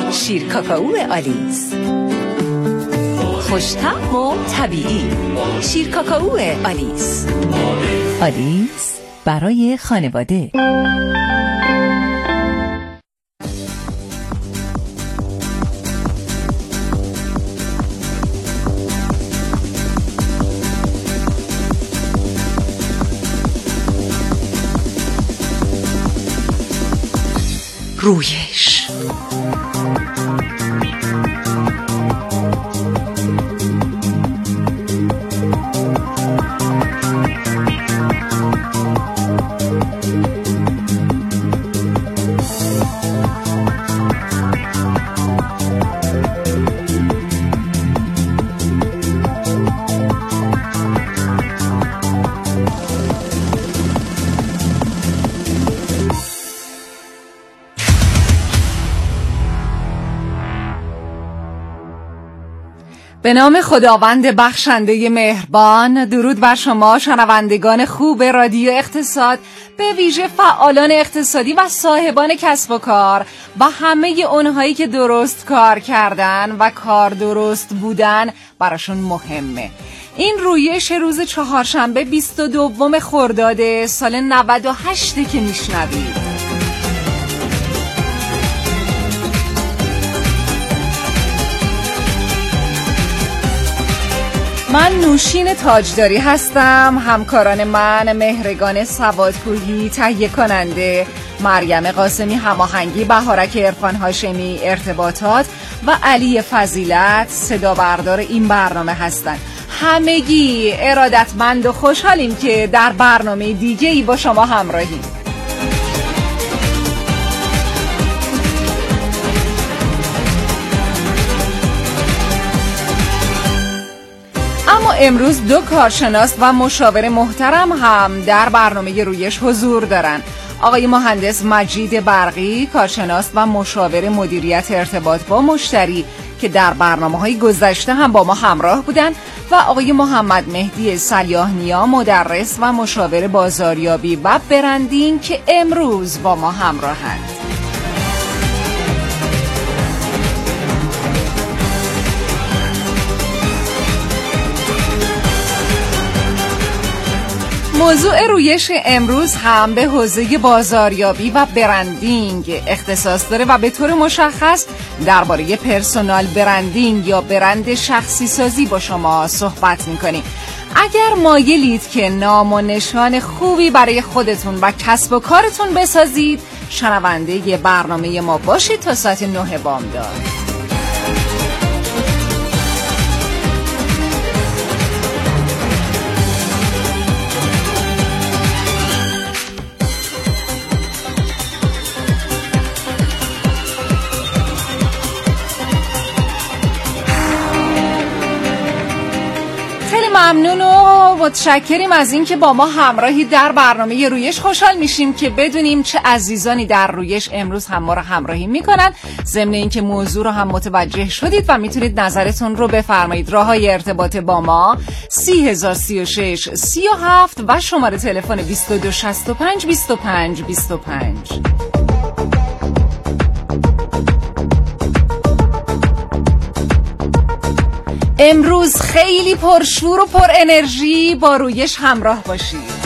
شیر کاکائو آلیس، خوش‌طعم و طبیعی. شیر کاکائو آلیس. آلیس برای خانواده. رویش. به نام خداوند بخشنده مهربان. درود بر شما شنوندگان خوب رادیو اقتصاد، به ویژه فعالان اقتصادی و صاحبان کسب و کار و همه اونهایی که درست کار کردن و کار درست بودن براشون مهمه. این رویش روز چهارشنبه 22 خرداد سال 98 که میشنوید. من نوشین تاجداری هستم. همکاران من مهرگان سوادکوهی تهیه کننده، مریم قاسمی هماهنگی، بهارک عرفان هاشمی ارتباطات و علی فضیلت صدا بردار این برنامه هستند. همگی ارادتمند و خوشحالیم که در برنامه دیگه‌ای با شما همراهیم. اما امروز دو کارشناس و مشاور محترم هم در برنامه رویش حضور دارن. آقای مهندس مجید برقی، کارشناس و مشاور مدیریت ارتباط با مشتری که در برنامه‌های گذشته هم با ما همراه بودن، و آقای محمد مهدی سلیح‌نیا، مدرس و مشاور بازاریابی و برندینگ که امروز با ما همراهند. موضوع رویش امروز هم به حوزه بازاریابی و برندینگ اختصاص داره و به طور مشخص درباره پرسونال برندینگ یا برند شخصی سازی با شما صحبت می‌کنیم. اگر مایلید که نام و نشان خوبی برای خودتون و کسب و کارتون بسازید، شنونده برنامه ما باشید تا ساعت 9 بامداد. ممنون و متشکریم از این که با ما همراهی در برنامه رویش. خوشحال میشیم که بدونیم چه عزیزانی در رویش امروز هم ما رو همراهی میکنن. ضمن این که موضوع رو هم متوجه شدید و میتونید نظرتون رو بفرمایید. راههای ارتباط با ما 3036 37 و شماره تلفن 2265 25 25. امروز خیلی پرشور و پر انرژی با رویش همراه باشید.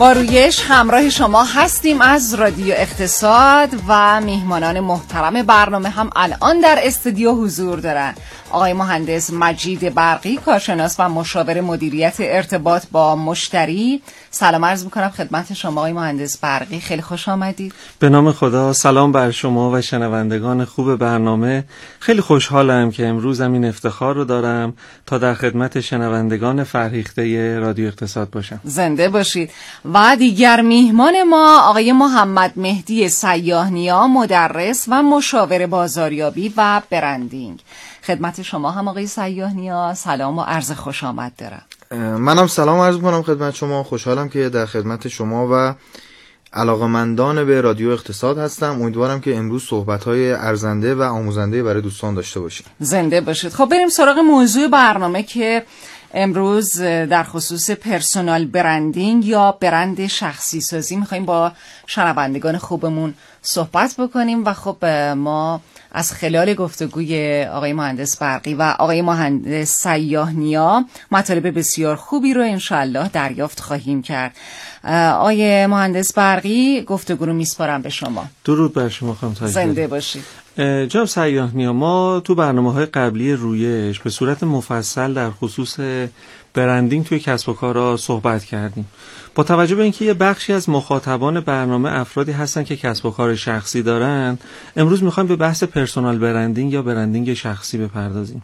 با رویش همراه شما هستیم از رادیو اقتصاد و میهمانان محترم برنامه هم الان در استودیو حضور دارن. آقای مهندس مجید برقی، کارشناس و مشاور مدیریت ارتباط با مشتری. سلام عرض میکنم خدمت شما آقای مهندس برقی، خیلی خوش آمدید. به نام خدا، سلام بر شما و شنوندگان خوب برنامه. خیلی خوشحالم که امروزم این افتخار رو دارم تا در خدمت شنوندگان فرهیخته رادیو اقتصاد باشم. زنده باشید. و دیگر میهمان ما آقای محمد مهدی سیاح‌نیا، مدرس و مشاور بازاریابی و برندینگ. خدمت شما هم آقای سیاح‌نیا سلام و عرض خوش آمد دارم. منم سلام عرض می‌کنم خدمت شما. خوشحالم که در خدمت شما و علاقه‌مندان به رادیو اقتصاد هستم. امیدوارم که امروز صحبت‌های ارزنده و آموزنده برای دوستان داشته باشیم. زنده باشید. خب بریم سراغ موضوع برنامه که امروز در خصوص پرسونال برندینگ یا برند شخصی سازی میخواییم با شنوندگان خوبمون صحبت بکنیم و خب ما از خلال گفتگوی آقای مهندس برقی و آقای مهندس سیاح‌نیا مطالب بسیار خوبی رو انشالله دریافت خواهیم کرد. آقای مهندس برقی، گفتگو رو میسپارم به شما. درود بر شما خانم تاج‌دری. زنده باشید. جناب سیاح‌نیا، ما تو برنامه‌های قبلی رویش به صورت مفصل در خصوص برندینگ توی کسب و کارها صحبت کردیم. با توجه به اینکه یه بخشی از مخاطبان برنامه افرادی هستن که کسب و کار شخصی دارن، امروز میخوایم به بحث پرسونال برندینگ یا برندینگ شخصی بپردازیم.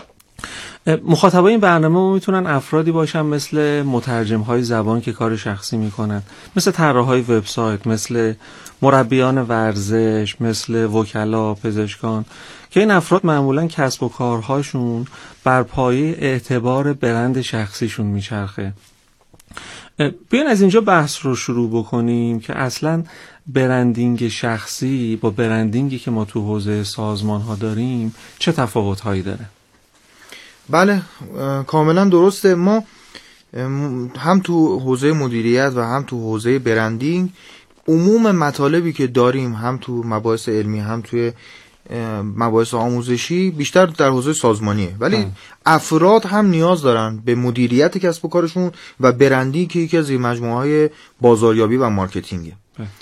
مخاطبای این برنامه ما میتونن افرادی باشن مثل مترجم‌های زبان که کار شخصی میکنن، مثل طراحای وبسایت، مثل مربیان ورزش، مثل وکلا، پزشکان، که این افراد معمولا کسب و کارهاشون بر پایه اعتبار برند شخصیشون میچرخه. بیاین از اینجا بحث رو شروع بکنیم که اصلا برندینگ شخصی با برندینگی که ما تو حوزه سازمان ها داریم چه تفاوت هایی داره؟ بله، کاملا درسته. ما هم تو حوزه مدیریت و هم تو حوزه برندینگ عموم مطالبی که داریم، هم تو مباحث علمی هم توی مباحث آموزشی، بیشتر در حوزه سازمانیه، ولی افراد هم نیاز دارن به مدیریت کسب و کارشون و برندینگ که یکی از مجموعه‌های بازاریابی و مارکتینگه.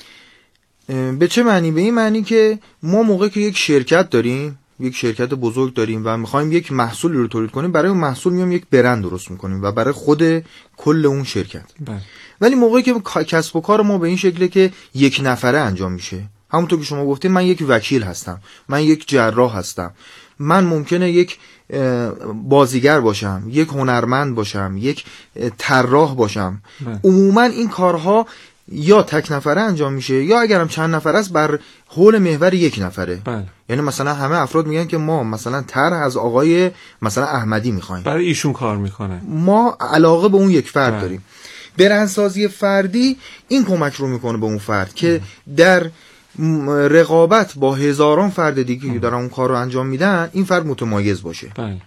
به چه معنی؟ به این معنی که ما موقعی که یک شرکت داریم، یک شرکت بزرگ داریم و میخوایم یک محصول رو تولید کنیم، برای اون محصول میام یک برند درست میکنیم و برای خود کل اون شرکت. ولی موقعی که کسب و کار ما به این شکله که یک نفره انجام میشه، همونطور که شما گفتید، من یک وکیل هستم، من یک جراح هستم، من ممکنه یک بازیگر باشم، یک هنرمند باشم، یک طراح باشم. عموما این کارها یا تک نفره انجام میشه یا اگرم چند نفر است بر حول محور یک نفره. یعنی مثلا همه افراد میگن که ما مثلا طرح از آقای مثلا احمدی میخوایم، برای ایشون کار میکنه، ما علاقه به اون یک فرد داریم. برندسازی فردی این کمک رو میکنه به اون فرد که در رقابت با هزاران فرد دیگه که دارن اون کار رو انجام میدن، این فرد متمایز باشه.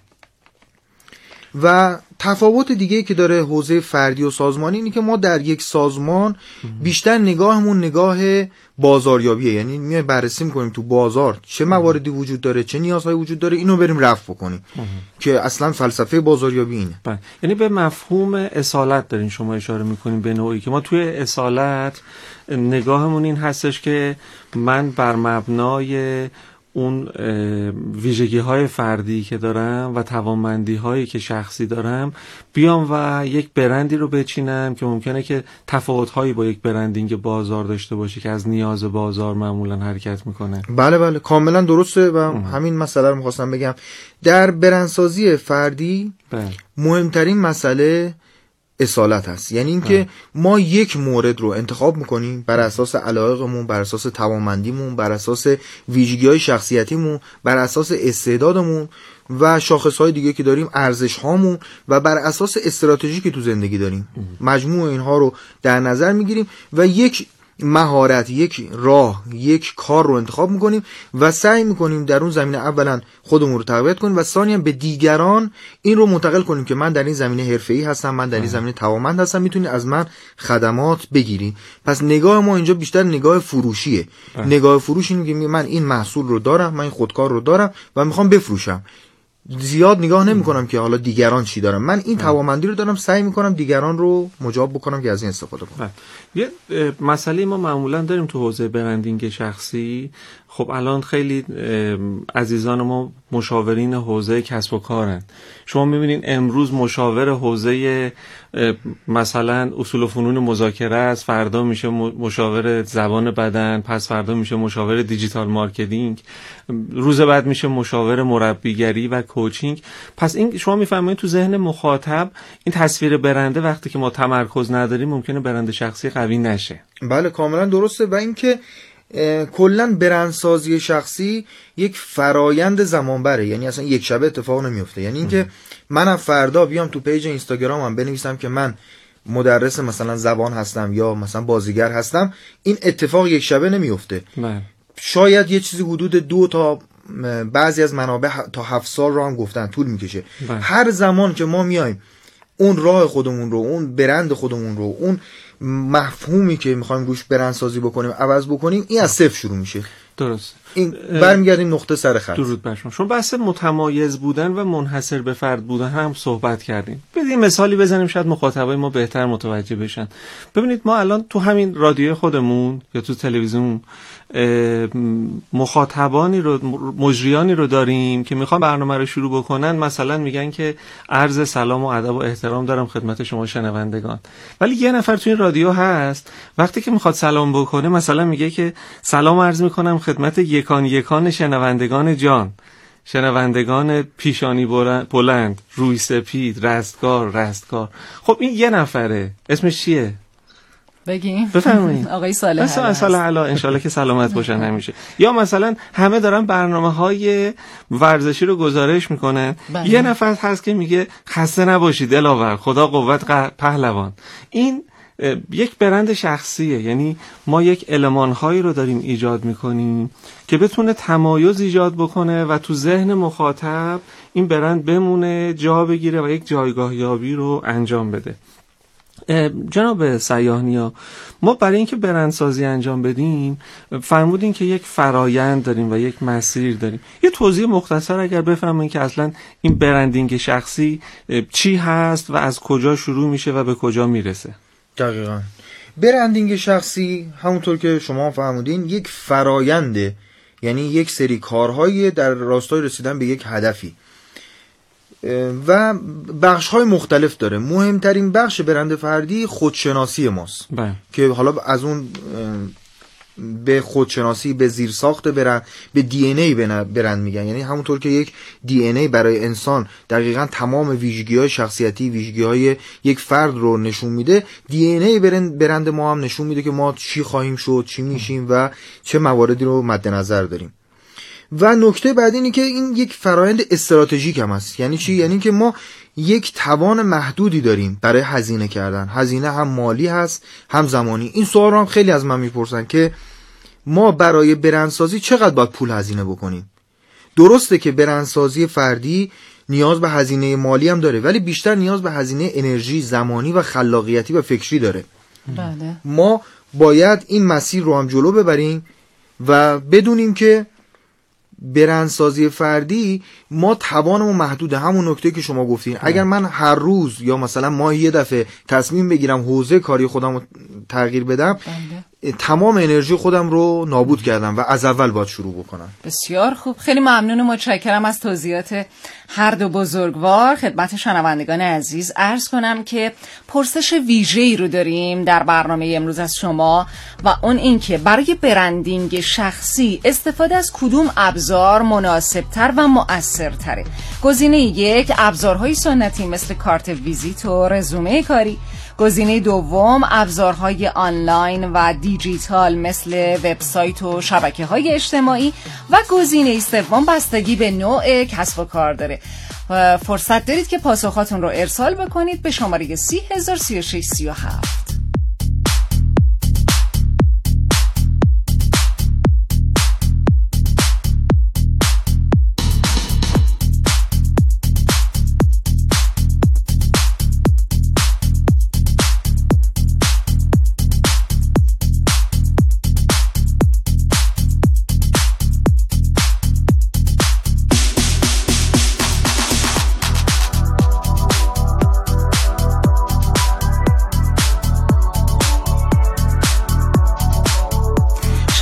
و تفاوت دیگه که داره حوزه فردی و سازمانی اینه که ما در یک سازمان بیشتر نگاهمون نگاه بازاریابیه، یعنی میایم بررسی میکنیم تو بازار چه مواردی وجود داره، چه نیازهایی وجود داره، اینو بریم رفع بکنیم که اصلا فلسفه بازاریابی اینه. یعنی به مفهوم اصالت دارین شما اشاره میکنیم، به نوعی که ما توی اصالت نگاهمون این هستش که من بر مبنای اون ویژگی های فردی که دارم و توانمندی هایی که شخصی دارم بیام و یک برندی رو بچینم که ممکنه که تفاوت هایی با یک برندینگ بازار داشته باشه که از نیاز بازار معمولا حرکت میکنه. بله کاملا درسته و همین مسئله رو میخواستم بگم. در برندسازی فردی مهمترین مسئله اصالت هست، یعنی اینکه ما یک مورد رو انتخاب میکنیم بر اساس علایقمون، بر اساس توانمندیمون، بر اساس ویژگی‌های شخصیتیمون، بر اساس استعدادمون و شاخص‌های دیگه که داریم، ارزش‌هامون، و بر اساس استراتژی که تو زندگی داریم. مجموع اینها رو در نظر میگیریم و یک مهارت، یک راه، یک کار رو انتخاب میکنیم و سعی میکنیم در اون زمینه اولا خودمون رو تقویت کنیم و ثانیاً به دیگران این رو منتقل کنیم که من در این زمینه حرفه‌ای هستم، من در این زمینه توانمند هستم، میتونی از من خدمات بگیری. پس نگاه ما اینجا بیشتر نگاه فروشیه. نگاه فروش اینه که من این محصول رو دارم، من این خودکار رو دارم و میخوام بفروشم. زیاد نگاه نمی‌کنم که حالا دیگران چی دارن. من این توانمندی رو دارم، سعی می‌کنم دیگران رو مجاب بکنم که از این استفاده کنم. یه مسئله ما معمولا داریم تو حوزه برندینگ شخصی. خب الان خیلی عزیزان ما مشاورین حوزه کسب و کارن. شما می‌بینین امروز مشاور حوزه مثلا اصول و فنون مذاکره است، فردا میشه مشاور زبان بدن، پس فردا میشه مشاور دیجیتال مارکتینگ، روز بعد میشه مشاور مربیگری و کوچینگ. پس این شما میفهمید تو ذهن مخاطب این تصویر برنده وقتی که ما تمرکز نداریم ممکنه برند شخصی قوی نشه. بله کاملا درسته. و اینکه کلا برندسازی شخصی یک فرایند زمان بره، یعنی اصلا یک شبه اتفاق نمیفته. یعنی اینکه منم فردا بیام تو پیج اینستاگرامم بنویسم که من مدرس مثلا زبان هستم یا مثلا بازیگر هستم، این اتفاق یک شبه نمیفته. شاید یه چیزی حدود 2 تا بعضی از منابع تا 7 سال رو هم گفتن طول میکشه. هر زمان که ما میایم اون راه خودمون رو، اون برند خودمون رو، اون مفهومی که میخوایم روش برندسازی بکنیم عوض بکنیم، این از صفر شروع میشه. درست. این برمیگردیم نقطه سر خط. درود بر شما. شما بحث متمایز بودن و منحصر به فرد بودن هم صحبت کردیم. بدین مثالی بزنیم شاید مخاطبای ما بهتر متوجه بشن. ببینید ما الان تو همین رادیو خودمون یا تو تلویزیون مخاطبانی رو، مجریانی رو داریم که میخوان برنامه رو شروع بکنن، مثلا میگن که عرض سلام و ادب و احترام دارم خدمت شما شنوندگان. ولی یه نفر تو این رادیو هست وقتی که میخواد سلام بکنه مثلا میگه که سلام عرض میکنم خدمت یکان شنوندگان جان، شنوندگان پیشانی بلند، روی سپید، رستگار. خب این یه نفره، اسمش چیه؟ بگیم بفرمایید. آقای صالح علا انشالله که سلامت باشن همیشه. یا مثلا همه دارن برنامه‌های ورزشی رو گزارش میکنن، یه نفر هست که میگه خسته نباشید دلاور، خدا قوت پهلوان. این یک برند شخصیه. یعنی ما یک المان‌هایی رو داریم ایجاد میکنیم که بتونه تمایز ایجاد بکنه و تو ذهن مخاطب این برند بمونه، جا بگیره و یک جایگاه یابی رو انجام بده. جناب سیاح‌نیا، ما برای اینکه برندسازی انجام بدیم فرمودین که یک فرایند داریم و یک مسیر داریم. یه توضیح مختصر اگر بفرمایید که اصلا این برندینگ شخصی چی هست و از کجا شروع میشه و به کجا میرسه؟ دقیقاً برندینگ شخصی همونطور که شما فرمودین یک فراینده، یعنی یک سری کارهایی در راستای رسیدن به یک هدفی و بخش‌های مختلف داره. مهمترین بخش برند فردی خودشناسی ماست که حالا از اون به خودشناسی، به زیرساخت برند، به دی ان ای برند میگن. یعنی همونطور که یک دی ان ای برای انسان دقیقاً تمام ویژگی‌های شخصیتی، ویژگی‌های یک فرد رو نشون میده، دی ان ای برند ما هم نشون میده که ما چی خواهیم شد، چی میشیم و چه مواردی رو مد نظر داریم. و نکته بعد اینه که این یک فرایند استراتژیک هم است. یعنی چی؟ یعنی که ما یک توان محدودی داریم برای هزینه کردن. هزینه هم مالی هست هم زمانی. این سوال رو هم خیلی از من میپرسن که ما برای برندسازی چقدر باید پول هزینه بکنیم. درسته که برندسازی فردی نیاز به هزینه مالی هم داره، ولی بیشتر نیاز به هزینه انرژی، زمانی و خلاقیتی و فکری داره. بله. ما باید این مسیر رو هم جلو ببریم و بدونیم که برندسازی فردی ما توانمون محدوده. همون نکته که شما گفتین، اگر من هر روز یا مثلا ماهی یه دفعه تصمیم بگیرم حوزه کاری خودم رو تغییر بدم، تمام انرژی خودم رو نابود کردم و از اول باید شروع بکنم. بسیار خوب، خیلی ممنون و متشکرم از توضیحات هر دو بزرگوار. خدمت شنوندگان عزیز عرض کنم که پرسش ویژه‌ای رو داریم در برنامه امروز از شما و اون این که برای برندینگ شخصی استفاده از کدوم ابزار مناسبتر و مؤثرتره؟ گزینه 1 ابزارهای سنتی مثل کارت ویزیت و رزومه کاری، گزینه دوم ابزارهای آنلاین و دیجیتال مثل وبسایت و شبکه‌های اجتماعی و گزینه سوم بستگی به نوع کسب و کار داره. فرصت دارید که پاسخاتون رو ارسال بکنید به شماره 303637.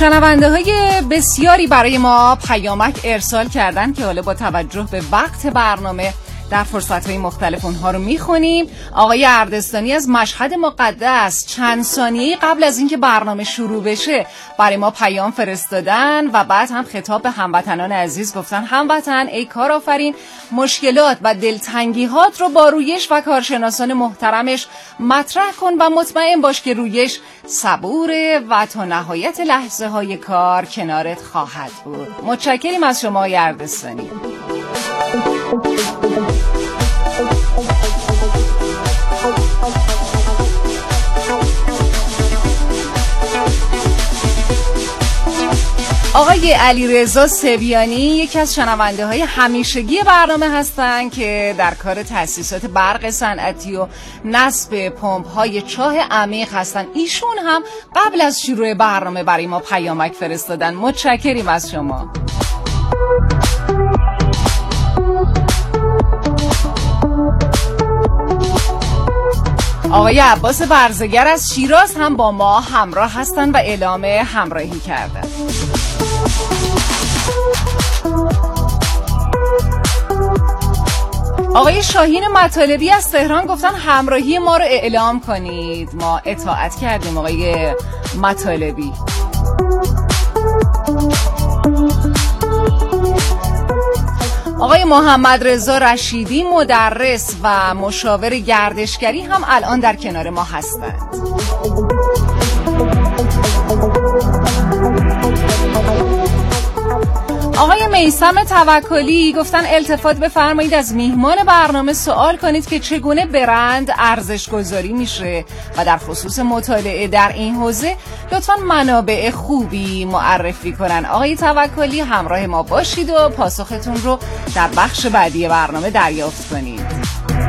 شنونده های بسیاری برای ما پیامک ارسال کردن که حالا با توجه به وقت برنامه در فرصت‌های مختلف اونها رو میخونیم. آقای اردستانی از مشهد مقدس چند ثانیه قبل از اینکه برنامه شروع بشه برای ما پیام فرستادن و بعد هم خطاب به هموطنان عزیز گفتن هموطن ای کارآفرین، مشکلات و دلتنگی‌هات رو با رویش و کارشناسان محترمش مطرح کن و مطمئن باش که رویش صبوره و تا نهایت لحظه های کار کنارت خواهد بود. متشکریم از شما آقای اردستانی. آقای علیرضا سبیانی یکی از شنونده های همیشگی برنامه هستن که در کار تأسیسات برق صنعتی و نصب پمپ های چاه عمیق هستن. ایشون هم قبل از شروع برنامه برای ما پیامک فرستادن. متشکریم از شما. آقای عباس برزگر از شیراز هم با ما همراه هستن و اعلام همراهی کردن. آقای شاهین مطالبی از تهران گفتن همراهی ما رو اعلام کنید. ما اطاعت کردیم آقای مطالبی. آقای محمد رضا رشیدی مدرس و مشاور گردشگری هم الان در کنار ما هستند. آقای میثم توکلی گفتن التفات بفرمایید از میهمان برنامه سوال کنید که چگونه برند ارزش گذاری میشه و در خصوص مطالعه در این حوزه لطفاً منابع خوبی معرفی کنن. آقای توکلی همراه ما باشید و پاسختون رو در بخش بعدی برنامه دریافت کنید.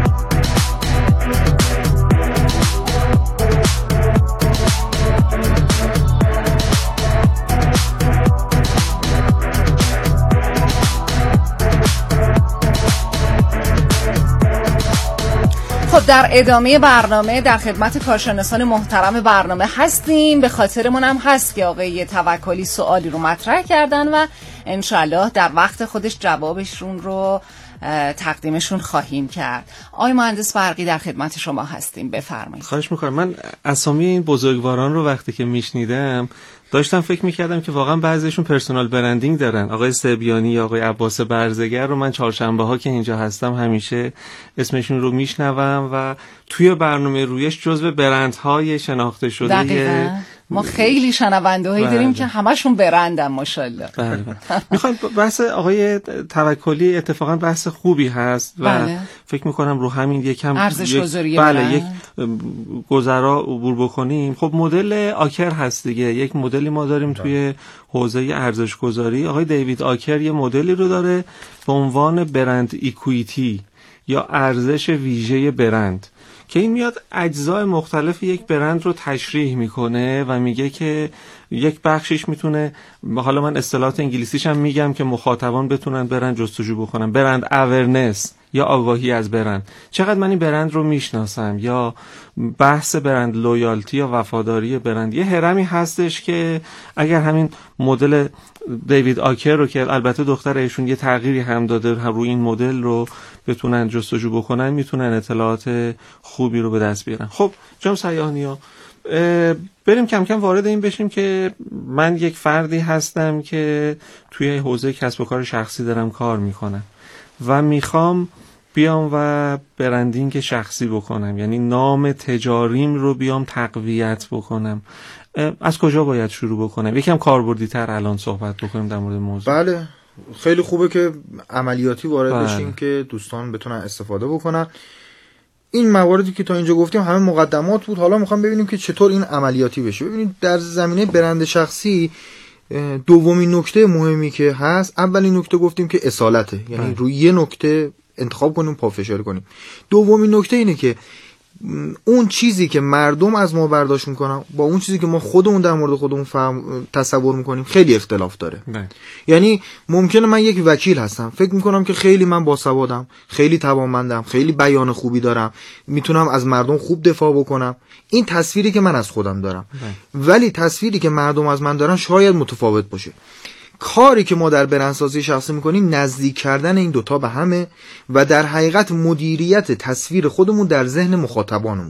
خب در ادامه برنامه در خدمت کارشناسان محترم برنامه هستیم. به خاطرمون هم هست که آقای توکلی سوالی رو مطرح کردن و انشالله در وقت خودش جوابشون رو تقدیمشون خواهیم کرد. آقای مهندس برقی در خدمت شما هستیم، بفرمایید. خواهش میکنم. من اسامی این بزرگواران رو وقتی که میشنیدم داشتم فکر میکردم که واقعا بعضیشون پرسونال برندینگ دارن. آقای سبیانی یا آقای عباس برزگر رو من چهارشنبه ها که اینجا هستم همیشه اسمشون رو میشنوم و توی برنامه رویش جزو برندهای شناخته شده. دقیقاً ما خیلی شنونده هایی داریم که همشون برندن ماشاءالله. بله. میخوام بحث آقای توکلی اتفاقا بحث خوبی هست و فکر میکنم رو همین یکم ارزش گذاری یک گذرا عبور بکنیم. خب مدل آکر هست دیگه، یک مدلی ما داریم توی حوزه ارزش گذاری. آقای دیوید آکر یه مدلی رو داره به عنوان برند ایکویتی یا ارزش ویژه برند که این میاد اجزای مختلف یک برند رو تشریح میکنه و میگه که یک بخشش میتونه، حالا من اصطلاحات انگلیسیش هم میگم که مخاطبان بتونن برند جستجو بکنن، برند اورنس یا آگاهی از برند، چقدر من این برند رو میشناسم، یا بحث برند لویالتی یا وفاداری برند. یه هرمی هستش که اگر همین مدل دیوید آکر رو که البته دختر ایشون یه تغییری هم داده روی این مدل رو بتونن جستجو بکنن، میتونن اطلاعات خوبی رو به دست بیارن. خب جناب سیاحانیا، بریم کم کم وارد این بشیم که من یک فردی هستم که توی حوزه کسب و کار شخصی دارم کار میکنم و میخوام بیام و برندینگ شخصی بکنم، یعنی نام تجاریم رو بیام تقویت بکنم. از کجا باید شروع بکنم؟ یکم کاربردی تر الان صحبت بکنیم در مورد موضوع. بله خیلی خوبه که عملیاتی وارد بشیم که دوستان بتونن استفاده بکنن. این مواردی که تا اینجا گفتیم همه مقدمات بود، حالا میخوام ببینیم که چطور این عملیاتی بشه. ببینید در زمینه برند شخصی دومین نکته مهمی که هست، اولین نکته گفتیم که اصالته، یعنی روی یه نکته انتخاب کنیم پافشاری کنیم. دومین نکته اینه که اون چیزی که مردم از ما برداشت میکنن با اون چیزی که ما خودمون در مورد خودمون تصور میکنیم خیلی اختلاف داره. یعنی ممکنه من یک وکیل هستم، فکر میکنم که خیلی من باسوادم، خیلی توانمندم، خیلی بیان خوبی دارم، میتونم از مردم خوب دفاع بکنم. این تصویری که من از خودم دارم. ولی تصویری که مردم از من دارن شاید متفاوت باشه. کاری که ما در برندسازی شخصی میکنیم نزدیک کردن این دوتا به همه و در حقیقت مدیریت تصویر خودمون در ذهن مخاطبانمون.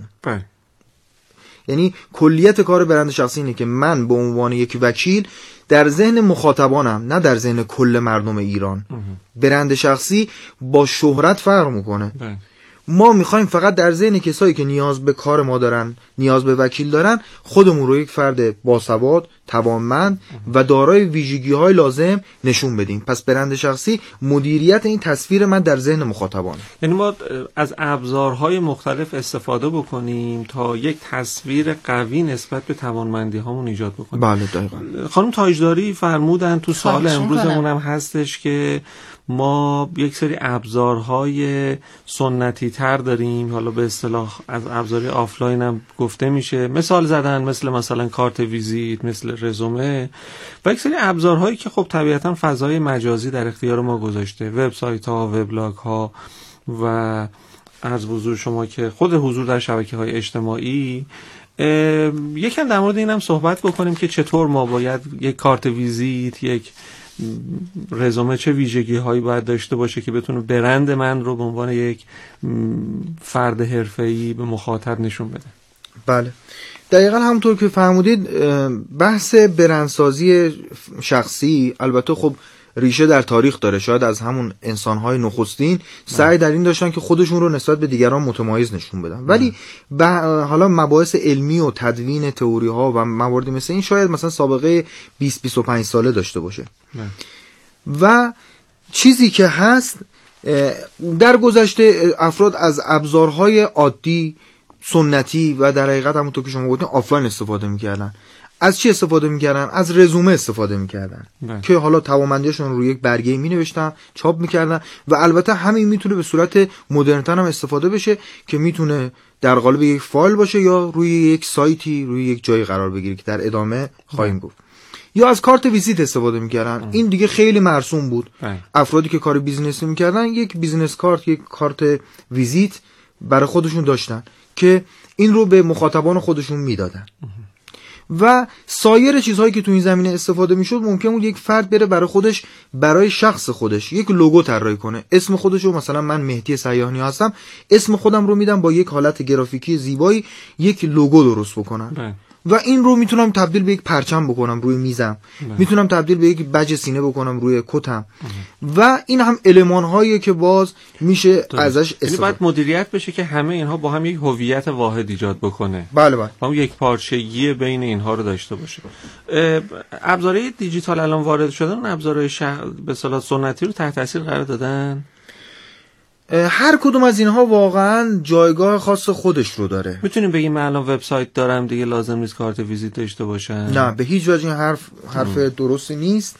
یعنی کلیت کار برند شخصی اینه که من به عنوان یک وکیل در ذهن مخاطبانم، نه در ذهن کل مردم ایران. برند شخصی با شهرت فرق میکنه. ما میخوایم فقط در ذهن کسایی که نیاز به کار ما دارن، نیاز به وکیل دارن، خودمون رو یک فرد باسواد، توانمند و دارای ویژگی‌های لازم نشون بدیم. پس برند شخصی مدیریت این تصویر من در ذهن مخاطبان. یعنی ما از ابزارهای مختلف استفاده بکنیم تا یک تصویر قوی نسبت به توانمندی هامون ایجاد بکنیم. بله دقیقاً. خانم تاجداری فرمودن تو سوال امروزمون هم هستش که ما یک سری ابزارهای سنتی تر داریم، حالا به اصطلاح از ابزاری آفلاین هم گفته میشه، مثال زدن مثلا کارت ویزیت، مثل رزومه و یک سری ابزارهایی که خب طبیعتا فضای مجازی در اختیار ما گذاشته، وبسایت ها، وبلاگ ها و عرض حضور شما که خود حضور در شبکه‌های اجتماعی. یکم در مورد اینم صحبت بکنیم که چطور ما باید یک کارت ویزیت، یک رزومه چه ویژگی هایی باید داشته باشه که بتونه برند من رو به عنوان یک فرد حرفه‌ای به مخاطب نشون بده. بله دقیقا همونطور که فرمودید، بحث برندسازی شخصی البته خب ریشه در تاریخ داره. شاید از همون انسان‌های نخستین سعی در این داشتن که خودشون رو نسبت به دیگران متمایز نشون بدن، ولی حالا مباحث علمی و تدوین تئوری‌ها و مواردی مثل این شاید مثلا سابقه 20-25 ساله داشته باشه. و چیزی که هست در گذشته افراد از ابزارهای عادی سنتی و در حقیقت همونطور که شما گفتین آفلاین استفاده می‌کردن. از چی استفاده می‌کردن؟ از رزومه استفاده می‌کردن که حالا توانمندیشون رو روی یک برگه می‌نوشتن، چاپ می‌کردن و البته همین میتونه به صورت مدرن‌تر هم استفاده بشه که میتونه در قالب یک فایل باشه یا روی یک سایتی، روی یک جایی قرار بگیره که در ادامه خواهیم گفت. یا از کارت ویزیت استفاده می‌کردن. این دیگه خیلی مرسوم بود. افرادی که کار بیزینسی می‌کردن یک بیزینس کارت، یک کارت ویزیت برای خودشون داشتن که این رو به مخاطبان خودشون میدادن. و سایر چیزهایی که تو این زمینه استفاده میشد، ممکن بود یک فرد بره برای خودش، برای شخص خودش یک لوگو طراحی کنه، اسم خودش رو، مثلا من مهدی سیاحنیا هستم، اسم خودم رو میدم با یک حالت گرافیکی زیبایی یک لوگو درست بکنم و این رو میتونم تبدیل به یک پرچم بکنم روی میزم، میتونم تبدیل به یک بج سینه بکنم روی کتم و این هم المان هایی که باز میشه ازش استفاده. باید مدیریت بشه که همه اینها با هم یک هویت واحد ایجاد بکنه. بله بله. هم یک پارچگی بین اینها رو داشته باشه. ابزارهای دیجیتال الان وارد شدن، اون ابزارهای به اصطلاح سنتی رو تحت تاثیر قرار دادن. هر کدوم از اینها واقعا جایگاه خاص خودش رو داره. میتونیم بگیم من الان وبسایت دارم دیگه لازم نیست کارت ویزیت داشته باشم؟ نه به هیچ وجه این حرف درستی نیست.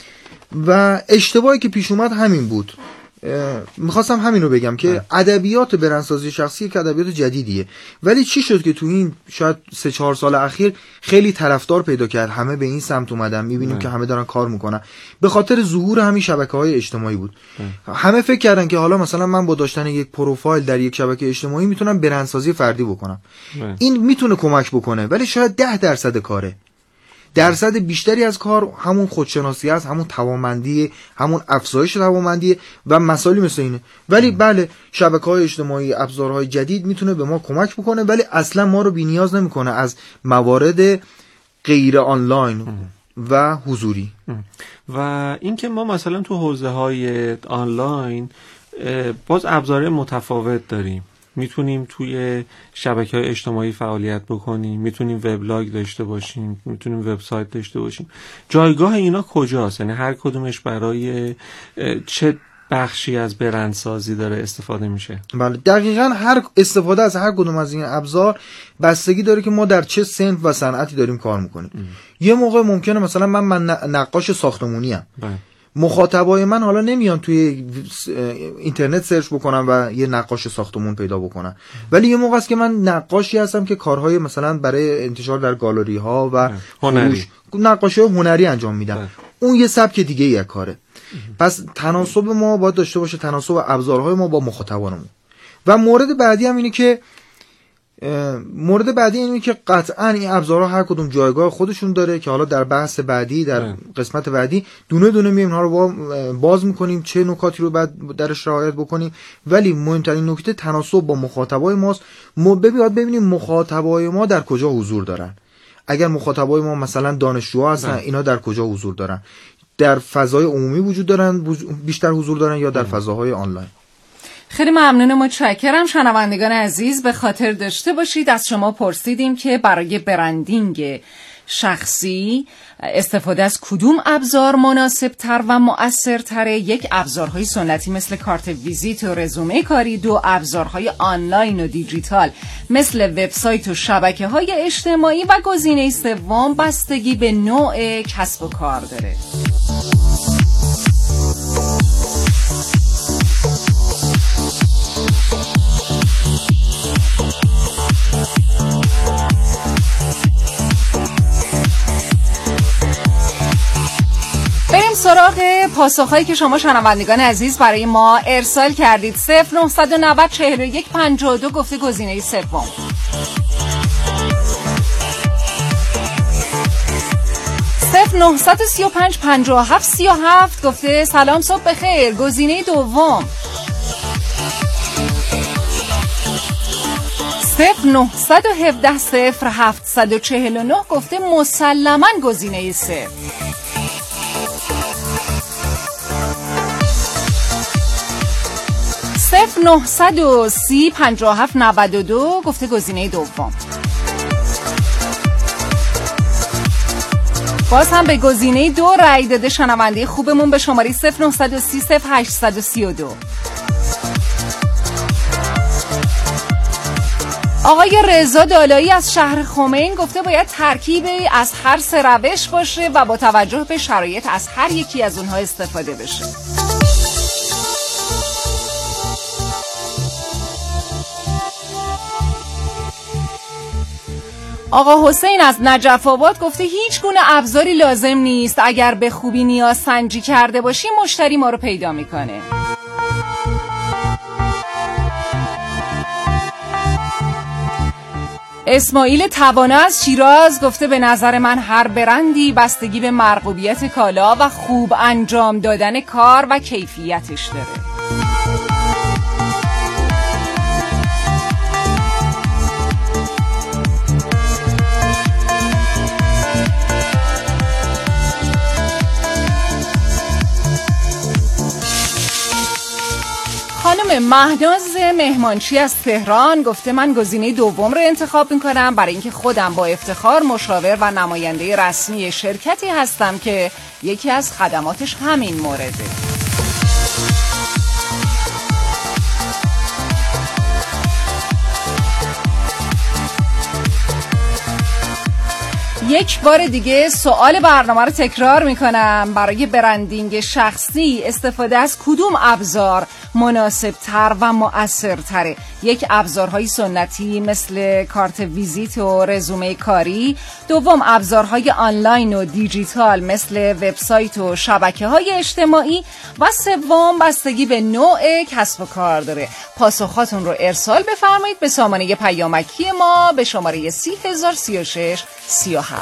و اشتباهی که پیش اومد همین بود. میخواستم همین رو بگم که ادبیات برندسازی شخصی که ادبیات جدیدیه، ولی چی شد که تو این شاید 3-4 سال اخیر خیلی طرفدار پیدا کرد، همه به این سمت اومدن، میبینیم که همه دارن کار میکنن، به خاطر ظهور همین شبکه‌های اجتماعی بود. همه فکر کردن که حالا مثلا من با داشتن یک پروفایل در یک شبکه اجتماعی میتونم برندسازی فردی بکنم. این میتونه کمک بکنه ولی شاید 10% کاره. درصد بیشتری از کار همون خودشناسی است، همون توانمندی، همون افزایش توانمندی و مسائلی مثل اینه. ولی بله شبکه‌های اجتماعی، ابزارهای جدید میتونه به ما کمک بکنه ولی اصلا ما رو بی‌نیاز نمیکنه از موارد غیر آنلاین و حضوری. و اینکه ما مثلا تو حوزه‌های آنلاین باز ابزارهای متفاوت داریم. میتونیم توی شبکه‌های اجتماعی فعالیت بکنیم، میتونیم وبلاگ داشته باشیم، میتونیم وبسایت داشته باشیم. جایگاه اینا کجاست؟ یعنی هر کدومش برای چه بخشی از برندسازی داره استفاده میشه؟ بله دقیقاً هر استفاده از هر کدوم از این ابزار بستگی داره که ما در چه صنف و صنعتی داریم کار میکنیم. یه موقع ممکنه مثلا من نقاش ساختمانی ام، مخاطبای من حالا نمیان توی اینترنت سرچ بکنن و یه نقاش ساختمون پیدا بکنن، ولی یه موقع است که من نقاشی هستم که کارهای مثلا برای انتشار در گالری ها و هنری، نقاشی هنری انجام میدم. اون یه سبک دیگه یک کاره. پس تناسب ما باید داشته باشه، تناسب ابزارهای ما با مخاطبانمون. و مورد بعدی اینه که قطعا این ابزارها هر کدوم جایگاه خودشون داره که حالا در بحث بعدی، در قسمت بعدی دونه دونه میایم اینها رو باز میکنیم، چه نکاتی رو بعد درش رعایت بکنیم. ولی مهمترین نکته تناسب با مخاطبای ماست. ما ببینیم مخاطبای ما در کجا حضور دارن. اگر مخاطبای ما مثلا دانشجوها هستن، اینا در کجا حضور دارن؟ در فضای عمومی وجود دارن، بیشتر حضور دارن، یا در فضاهای آنلاین؟ خیلی ممنون، متشکرم. شنوندگان عزیز، به خاطر داشته باشید از شما پرسیدیم که برای برندینگ شخصی استفاده از کدوم ابزار مناسب تر و مؤثر تره؟ یک، ابزارهای سنتی مثل کارت ویزیت و رزومه کاری. دو، ابزارهای آنلاین و دیجیتال مثل وبسایت و شبکه‌های اجتماعی. و گزینه سوم بستگی به نوع کسب و کار داره. بریم سراغ پاسخهایی که شما شنوندگان عزیز برای ما ارسال کردید. 0990 41 52 گفته گزینه سوم. 0935 57 37 گفته سلام صبح بخیر، گزینه دوم. 0917 0749 گفته مسلماً گزینه سه. 0930 57 92 گفته گزینه دوم. باز هم به گزینه دو رأی داده شنونده خوبمون به شماره 0930 0832. آقای رضا دالایی از شهر خمین گفته باید ترکیبی از هر سه روش باشه و با توجه به شرایط از هر یکی از اونها استفاده بشه. آقا حسین از نجف آباد گفته هیچ گونه ابزاری لازم نیست، اگر به خوبی نیاز سنجی کرده باشیم مشتری ما رو پیدا میکنه. اسماعیل توانا از شیراز گفته به نظر من هر برندی بستگی به مرغوبیت کالا و خوب انجام دادن کار و کیفیتش داره. خانم مهناز مهمانچی از تهران گفته من گزینه دوم رو انتخاب میکنم، برای اینکه خودم با افتخار مشاور و نماینده رسمی شرکتی هستم که یکی از خدماتش همین مورده. یک بار دیگه سوال برنامه رو تکرار میکنم. برای برندینگ شخصی استفاده از کدوم ابزار مناسب تر و مؤثر تره؟ یک، ابزارهای سنتی مثل کارت ویزیت و رزومه کاری. دوم، ابزارهای آنلاین و دیجیتال مثل وبسایت و شبکه‌های اجتماعی. و سوم، بستگی به نوع کسب و کار داره. پاسخاتون رو ارسال بفرمایید به سامانه پیامکی ما به شماره 3036 37.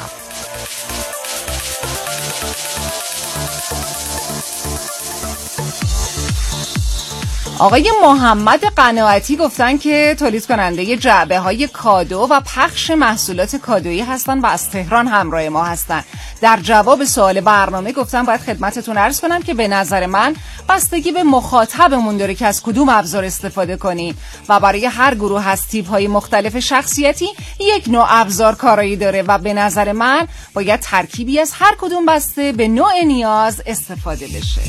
آقای محمد قناعتی گفتن که تولید کننده جعبه های کادو و پخش محصولات کادویی هستن و از تهران همراه ما هستن. در جواب سوال برنامه گفتم باید خدمتتون عرض کنم که به نظر من بستگی به مخاطبمون داره که از کدوم ابزار استفاده کنیم و برای هر گروه از تیپ های مختلف شخصیتی یک نوع ابزار کارایی داره و به نظر من باید ترکیبی از هر کدوم بسته به نوع نیاز استفاده بشه.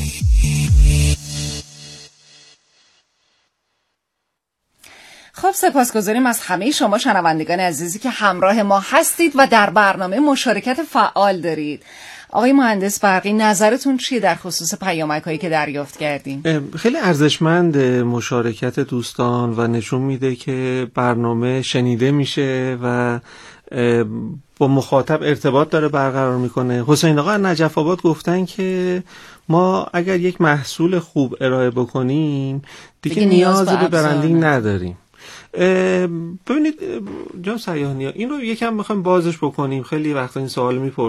خب سپاسگزاریم از همه شما شنوندگان عزیزی که همراه ما هستید و در برنامه مشارکت فعال دارید. آقای مهندس برقی، نظرتون چیه در خصوص پیامک‌هایی که دریافت کردیم؟ خیلی ارزشمند مشارکت دوستان و نشون میده که برنامه شنیده میشه و با مخاطب ارتباط داره برقرار میکنه. حسین آقا نجف آباد گفتن که ما اگر یک محصول خوب ارائه بکنیم دیگه نیاز به برندینگ نداریم. ببینید جناب سیاح‌نیا، این رو یکم میخوایم بازش بکنیم. خیلی وقتا این سوال میپرسن